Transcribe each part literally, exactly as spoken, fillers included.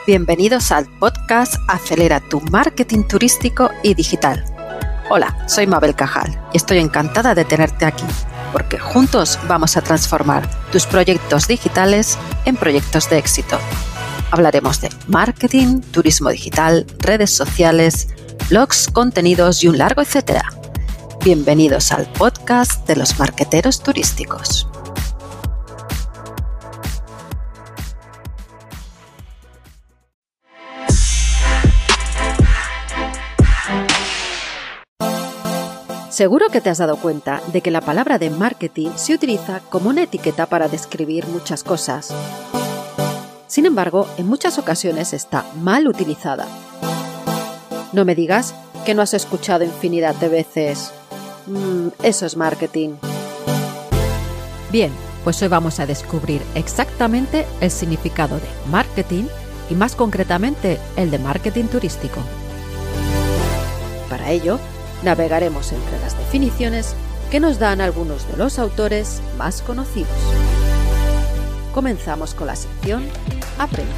Bienvenidos al podcast Acelera tu marketing turístico y digital. Hola, soy Mabel Cajal y estoy encantada de tenerte aquí, porque juntos vamos a transformar tus proyectos digitales en proyectos de éxito. Hablaremos de marketing, turismo digital, redes sociales, blogs, contenidos y un largo etcétera. Bienvenidos al podcast de los marketeros turísticos. Seguro que te has dado cuenta de que la palabra de marketing se utiliza como una etiqueta para describir muchas cosas. Sin embargo, en muchas ocasiones está mal utilizada. No me digas que no has escuchado infinidad de veces mmm, eso es marketing. Bien, pues hoy vamos a descubrir exactamente el significado de marketing y más concretamente el de marketing turístico. Para ello, navegaremos entre las definiciones que nos dan algunos de los autores más conocidos. Comenzamos con la sección Aprende.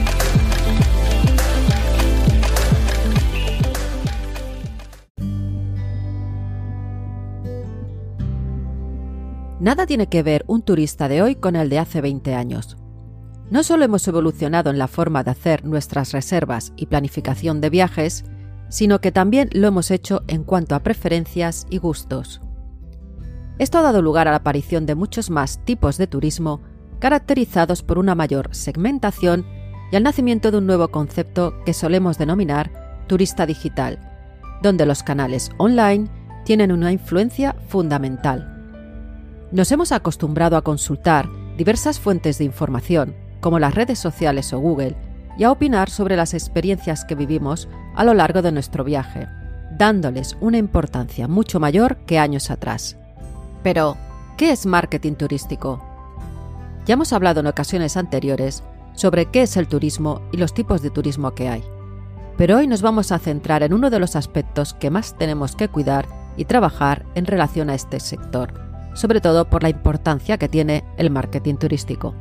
Nada tiene que ver un turista de hoy con el de hace veinte años. No solo hemos evolucionado en la forma de hacer nuestras reservas y planificación de viajes, sino que también lo hemos hecho en cuanto a preferencias y gustos. Esto ha dado lugar a la aparición de muchos más tipos de turismo, caracterizados por una mayor segmentación y al nacimiento de un nuevo concepto que solemos denominar turista digital, donde los canales online tienen una influencia fundamental. Nos hemos acostumbrado a consultar diversas fuentes de información, como las redes sociales o Google, y a opinar sobre las experiencias que vivimos a lo largo de nuestro viaje, dándoles una importancia mucho mayor que años atrás. Pero, ¿qué es marketing turístico? Ya hemos hablado en ocasiones anteriores sobre qué es el turismo y los tipos de turismo que hay, pero hoy nos vamos a centrar en uno de los aspectos que más tenemos que cuidar y trabajar en relación a este sector, sobre todo por la importancia que tiene el marketing turístico.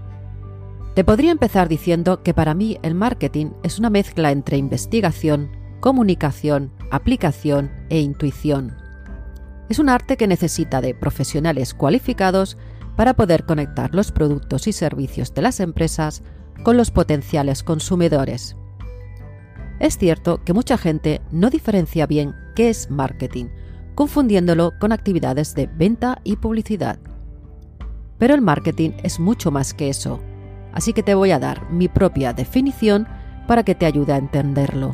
Te podría empezar diciendo que para mí el marketing es una mezcla entre investigación, comunicación, aplicación e intuición. Es un arte que necesita de profesionales cualificados para poder conectar los productos y servicios de las empresas con los potenciales consumidores. Es cierto que mucha gente no diferencia bien qué es marketing, confundiéndolo con actividades de venta y publicidad. Pero el marketing es mucho más que eso. Así que te voy a dar mi propia definición para que te ayude a entenderlo.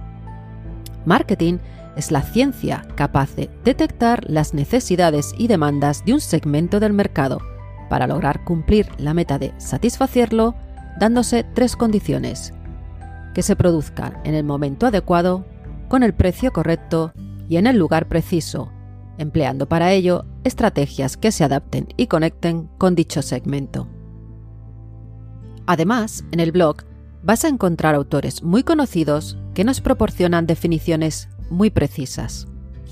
Marketing es la ciencia capaz de detectar las necesidades y demandas de un segmento del mercado para lograr cumplir la meta de satisfacerlo, dándose tres condiciones: que se produzca en el momento adecuado, con el precio correcto y en el lugar preciso, empleando para ello estrategias que se adapten y conecten con dicho segmento. Además, en el blog vas a encontrar autores muy conocidos que nos proporcionan definiciones muy precisas.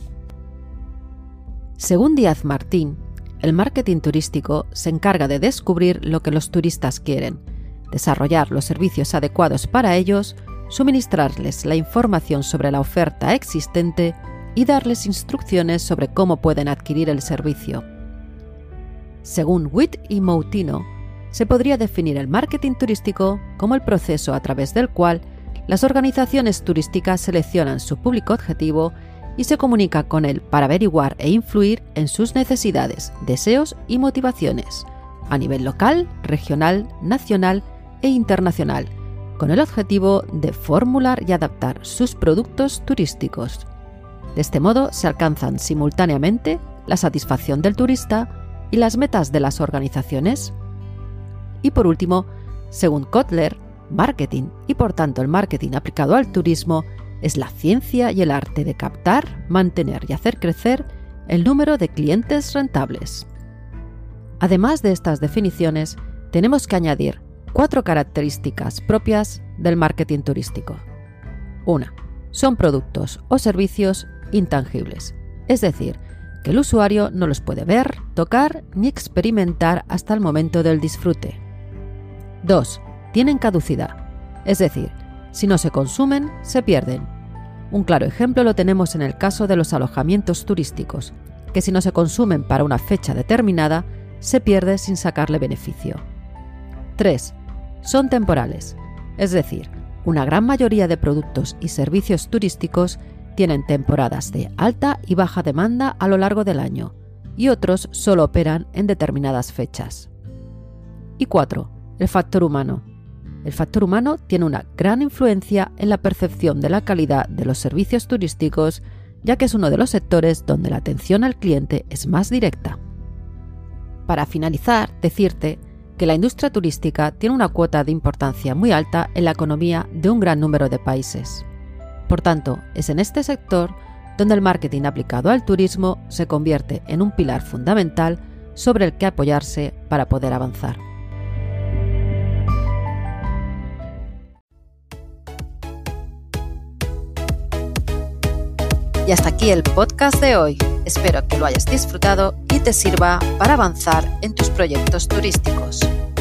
Según Díaz Martín, el marketing turístico se encarga de descubrir lo que los turistas quieren, desarrollar los servicios adecuados para ellos, suministrarles la información sobre la oferta existente y darles instrucciones sobre cómo pueden adquirir el servicio. Según Witt y Moutino, se podría definir el marketing turístico como el proceso a través del cual las organizaciones turísticas seleccionan su público objetivo y se comunica con él para averiguar e influir en sus necesidades, deseos y motivaciones, a nivel local, regional, nacional e internacional, con el objetivo de formular y adaptar sus productos turísticos. De este modo se alcanzan simultáneamente la satisfacción del turista y las metas de las organizaciones. Y por último, según Kotler, marketing y por tanto el marketing aplicado al turismo es la ciencia y el arte de captar, mantener y hacer crecer el número de clientes rentables. Además de estas definiciones, tenemos que añadir cuatro características propias del marketing turístico. Una, son productos o servicios intangibles, es decir, que el usuario no los puede ver, tocar ni experimentar hasta el momento del disfrute. dos. Tienen caducidad, Es decir, si no se consumen, se pierden. Un claro ejemplo lo tenemos en el caso de los alojamientos turísticos, que si no se consumen para una fecha determinada, se pierde sin sacarle beneficio. tres. Son temporales, es decir, una gran mayoría de productos y servicios turísticos tienen temporadas de alta y baja demanda a lo largo del año, y otros solo operan en determinadas fechas. Y cuatro. El factor humano. El factor humano tiene una gran influencia en la percepción de la calidad de los servicios turísticos, ya que es uno de los sectores donde la atención al cliente es más directa. Para finalizar, decirte que la industria turística tiene una cuota de importancia muy alta en la economía de un gran número de países. Por tanto, es en este sector donde el marketing aplicado al turismo se convierte en un pilar fundamental sobre el que apoyarse para poder avanzar. Y hasta aquí el podcast de hoy. Espero que lo hayas disfrutado y te sirva para avanzar en tus proyectos turísticos.